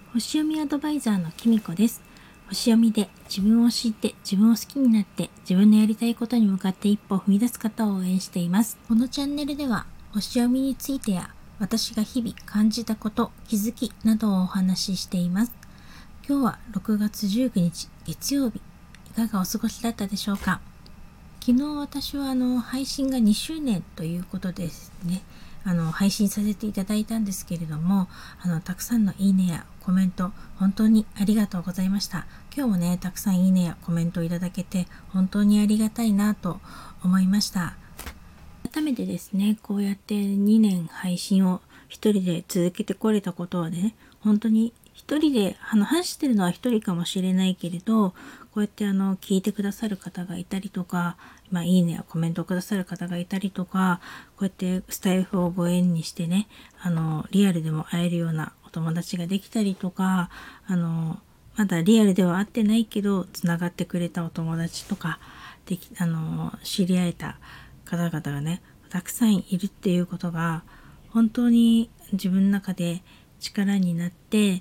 星読みアドバイザーのきみこです。星読みで自分を知って自分を好きになって自分のやりたいことに向かって一歩踏み出す方を応援しています。このチャンネルでは星読みについてや私が日々感じたこと、気づきなどをお話ししています。今日は6月19日月曜日、いかがお過ごしだったでしょうか。昨日私は配信が2周年ということですね。配信させていただいたんですけれども、たくさんのいいねやコメント本当にありがとうございました。今日もね、たくさんいいねやコメントをいただけて本当にありがたいなと思いました。改めてですね、こうやって2年配信を一人で続けてこれたことはね、本当に一人で話してるのは一人かもしれないけれど、こうやって聞いてくださる方がいたりとか、いいねやコメントをくださる方がいたりとか、こうやってスタイフをご縁にしてね、リアルでも会えるようなお友達ができたりとか、まだリアルでは会ってないけどつながってくれたお友達とか知り合えた方々がね、たくさんいるっていうことが本当に自分の中で力になって、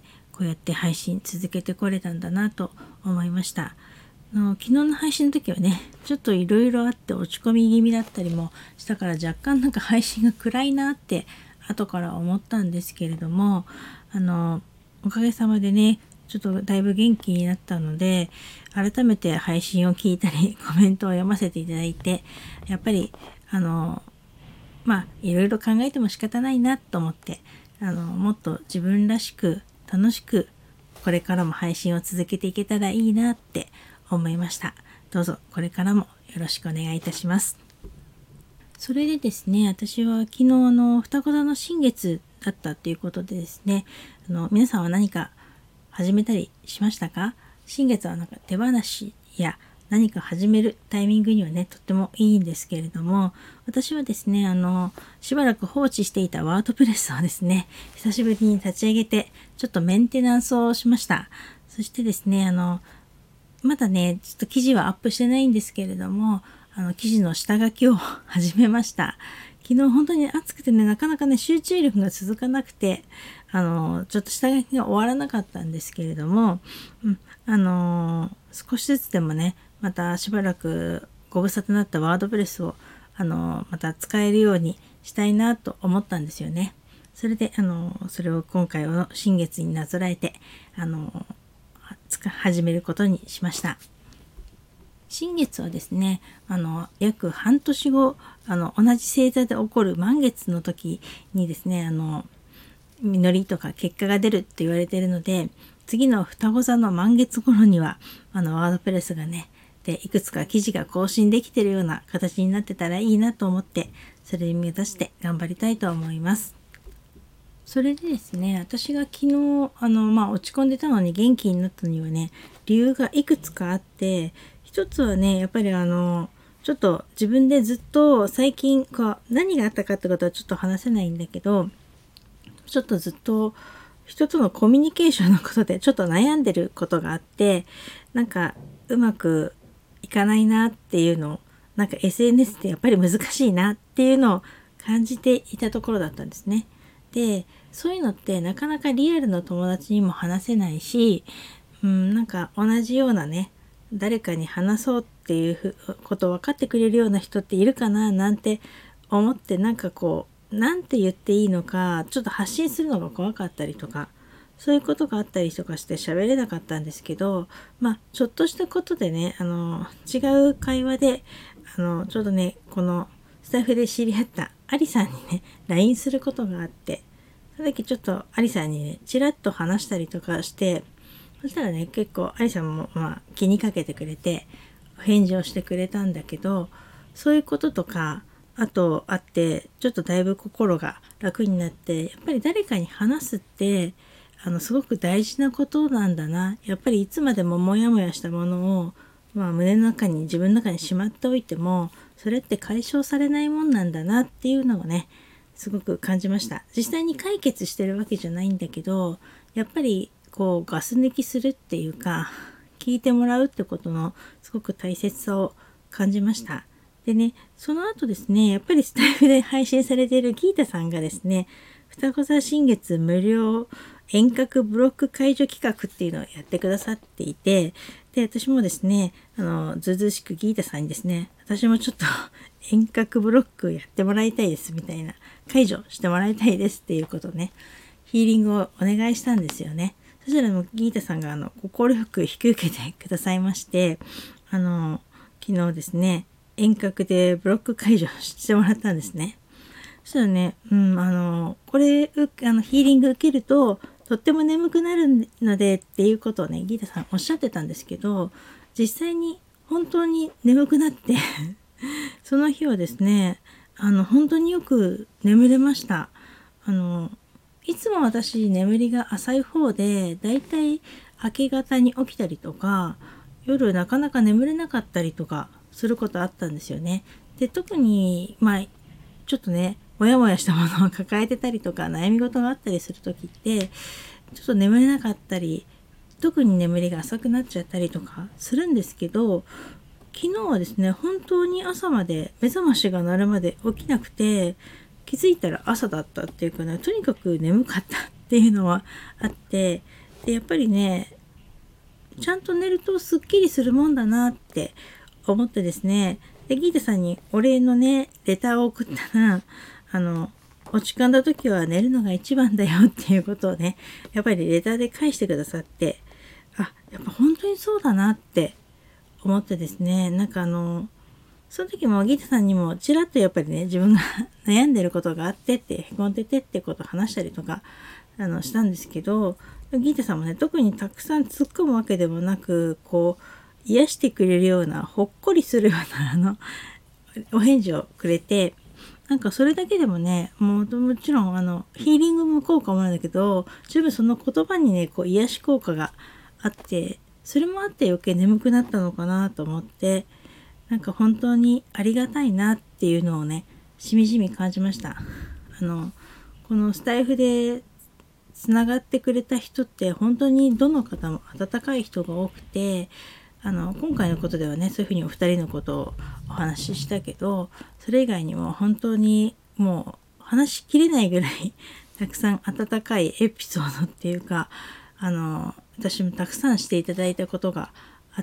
こうやって配信続けてこれたんだなと思いました。昨日の配信の時はね、ちょっといろいろあって落ち込み気味だったりもしたから、若干なんか配信が暗いなって後から思ったんですけれども、おかげさまでね、ちょっとだいぶ元気になったので、改めて配信を聞いたりコメントを読ませていただいて、やっぱりいろいろ考えても仕方ないなと思って、もっと自分らしく楽しくこれからも配信を続けていけたらいいなって思いました。どうぞこれからもよろしくお願いいたします。それでですね、私は昨日双子座の新月だったということでですね、皆さんは何か始めたりしましたか？新月はなんか手放しや何か始めるタイミングにはね、とってもいいんですけれども、私はですね、しばらく放置していたワードプレスをですね、久しぶりに立ち上げて、ちょっとメンテナンスをしました。そしてですね、まだね、ちょっと記事はアップしてないんですけれども、記事の下書きを始めました。昨日本当に暑くてね、なかなかね、集中力が続かなくて、ちょっと下書きが終わらなかったんですけれども、少しずつでもね、またしばらくご無沙汰になったワードプレスをまた使えるようにしたいなと思ったんですよね。それでそれを今回の新月になぞらえて始めることにしました。新月はですね、約半年後同じ星座で起こる満月の時にですね、実りとか結果が出るって言われているので、次の双子座の満月頃にはワードプレスがね、でいくつか記事が更新できているような形になってたらいいなと思って、それに目指して頑張りたいと思います。それでですね、私が昨日落ち込んでたのに元気になったにはね、理由がいくつかあって、一つはね、やっぱりちょっと自分でずっと最近何があったかってことはちょっと話せないんだけど、ちょっとずっと人とのコミュニケーションのことでちょっと悩んでることがあって、なんかうまくいかないなっていうのを、なんか SNS ってやっぱり難しいなっていうのを感じていたところだったんですね。で、そういうのってなかなかリアルの友達にも話せないし、なんか同じようなね、誰かに話そうっていうことを分かってくれるような人っているかななんて思って、なんかなんて言っていいのかちょっと発信するのが怖かったりとか、そういうことがあったりとかして喋れなかったんですけど、ちょっとしたことでね、違う会話でちょうどね、このスタッフで知り合ったアリさんにね LINE することがあって、その時ちょっとアリさんにねちらっと話したりとかして、そしたらね、結構アリさんも気にかけてくれてお返事をしてくれたんだけど、そういうこととかあってちょっとだいぶ心が楽になって、やっぱり誰かに話すってすごく大事なことなんだな。やっぱりいつまでもモヤモヤしたものを胸の中に自分の中にしまっておいても、それって解消されないもんなんだなっていうのをね、すごく感じました。実際に解決してるわけじゃないんだけど、やっぱりガス抜きするっていうか、聞いてもらうってことのすごく大切さを感じました。でね、その後ですね、やっぱりスタイフで配信されているギータさんがですね、双子座新月無料遠隔ブロック解除企画っていうのをやってくださっていて、で、私もですね、ずうずうしくギータさんにですね、私もちょっと遠隔ブロックやってもらいたいですみたいな、解除してもらいたいですっていうことをね、ヒーリングをお願いしたんですよね。そしたらもうギータさんが快く引き受けてくださいまして、昨日ですね、遠隔でブロック解除してもらったんですね。そしたらね、これヒーリング受けるととっても眠くなるのでっていうことをね、ギータさんおっしゃってたんですけど、実際に本当に眠くなってその日はですね、本当によく眠れました。いつも私眠りが浅い方で、だいたい明け方に起きたりとか、夜なかなか眠れなかったりとかすることあったんですよね。で、特にちょっとね、もやもやしたものを抱えてたりとか悩み事があったりする時ってちょっと眠れなかったり、特に眠りが浅くなっちゃったりとかするんですけど、昨日はですね、本当に朝まで目覚ましが鳴るまで起きなくて、気づいたら朝だったっていうかね、とにかく眠かったっていうのはあって、でやっぱりね、ちゃんと寝るとすっきりするもんだなって思ってですね、でギータさんにお礼のねレターを送ったら、落ち込んだ時は寝るのが一番だよっていうことをね、やっぱりレターで返してくださって、やっぱ本当にそうだなって思ってですね、その時もギータさんにもちらっとやっぱりね、自分が悩んでることがあってってへこんでてってことを話したりとかしたんですけど、ギータさんもね、特にたくさん突っ込むわけでもなく、こう癒してくれるような、ほっこりするようなお返事をくれて、それだけでもね、もちろんヒーリングも効果もあるんだけど、十分その言葉にね、こう癒し効果があって、それもあって余計眠くなったのかなと思って、本当にありがたいなっていうのをね、しみじみ感じました。このスタイフでつながってくれた人って本当にどの方も温かい人が多くて、今回のことではね、そういうふうにお二人のことをお話ししたけど、それ以外にも本当にもう話しきれないぐらいたくさん温かいエピソードっていうか、私もたくさんしていただいたことがあって、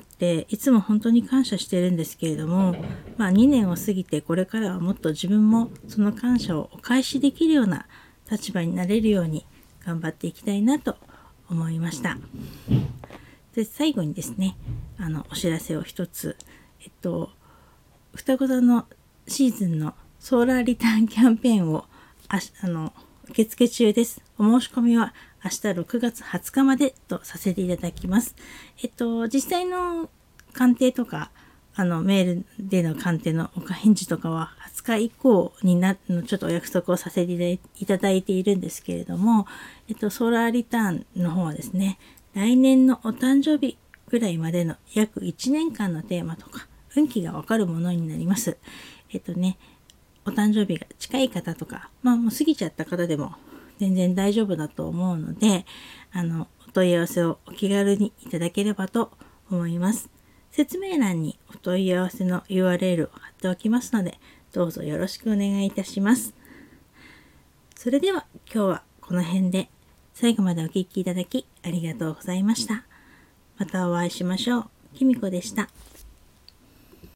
いつも本当に感謝してるんですけれども、2年を過ぎてこれからはもっと自分もその感謝をお返しできるような立場になれるように頑張っていきたいなと思いました。で、最後にですね、お知らせを一つ、双子座のシーズンのソーラーリターンキャンペーンを受付中です。お申し込みは明日6月20日までとさせていただきます。実際の鑑定とかメールでの鑑定のお返事とかは20日以降にちょっとお約束をさせていただいているんですけれども、ソーラーリターンの方はですね、来年のお誕生日ぐらいまでの約1年間のテーマとか運気がわかるものになります。お誕生日が近い方とか、もう過ぎちゃった方でも全然大丈夫だと思うので、お問い合わせをお気軽にいただければと思います。説明欄にお問い合わせの URL を貼っておきますので、どうぞよろしくお願いいたします。それでは今日はこの辺で、最後までお聞きいただきありがとうございました。またお会いしましょう。きみこでした。